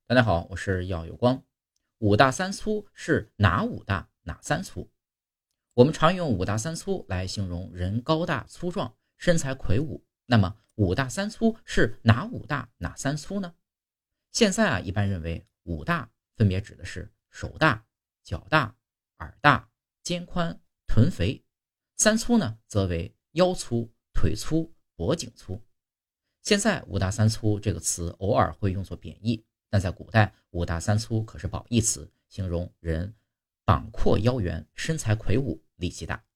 大家好，我是耀有光。五大三粗是哪五大哪三粗？我们常用五大三粗来形容人高大粗壮，身材魁梧。那么五大三粗是哪五大哪三粗呢？现在一般认为五大分别指的是手大、脚大、耳大、肩宽、臀肥。三粗呢，则为腰粗、腿粗、脖颈粗。现在五大三粗这个词偶尔会用作贬义，但在古代五大三粗可是褒义词，形容人膀阔腰圆，身材魁梧，力气大。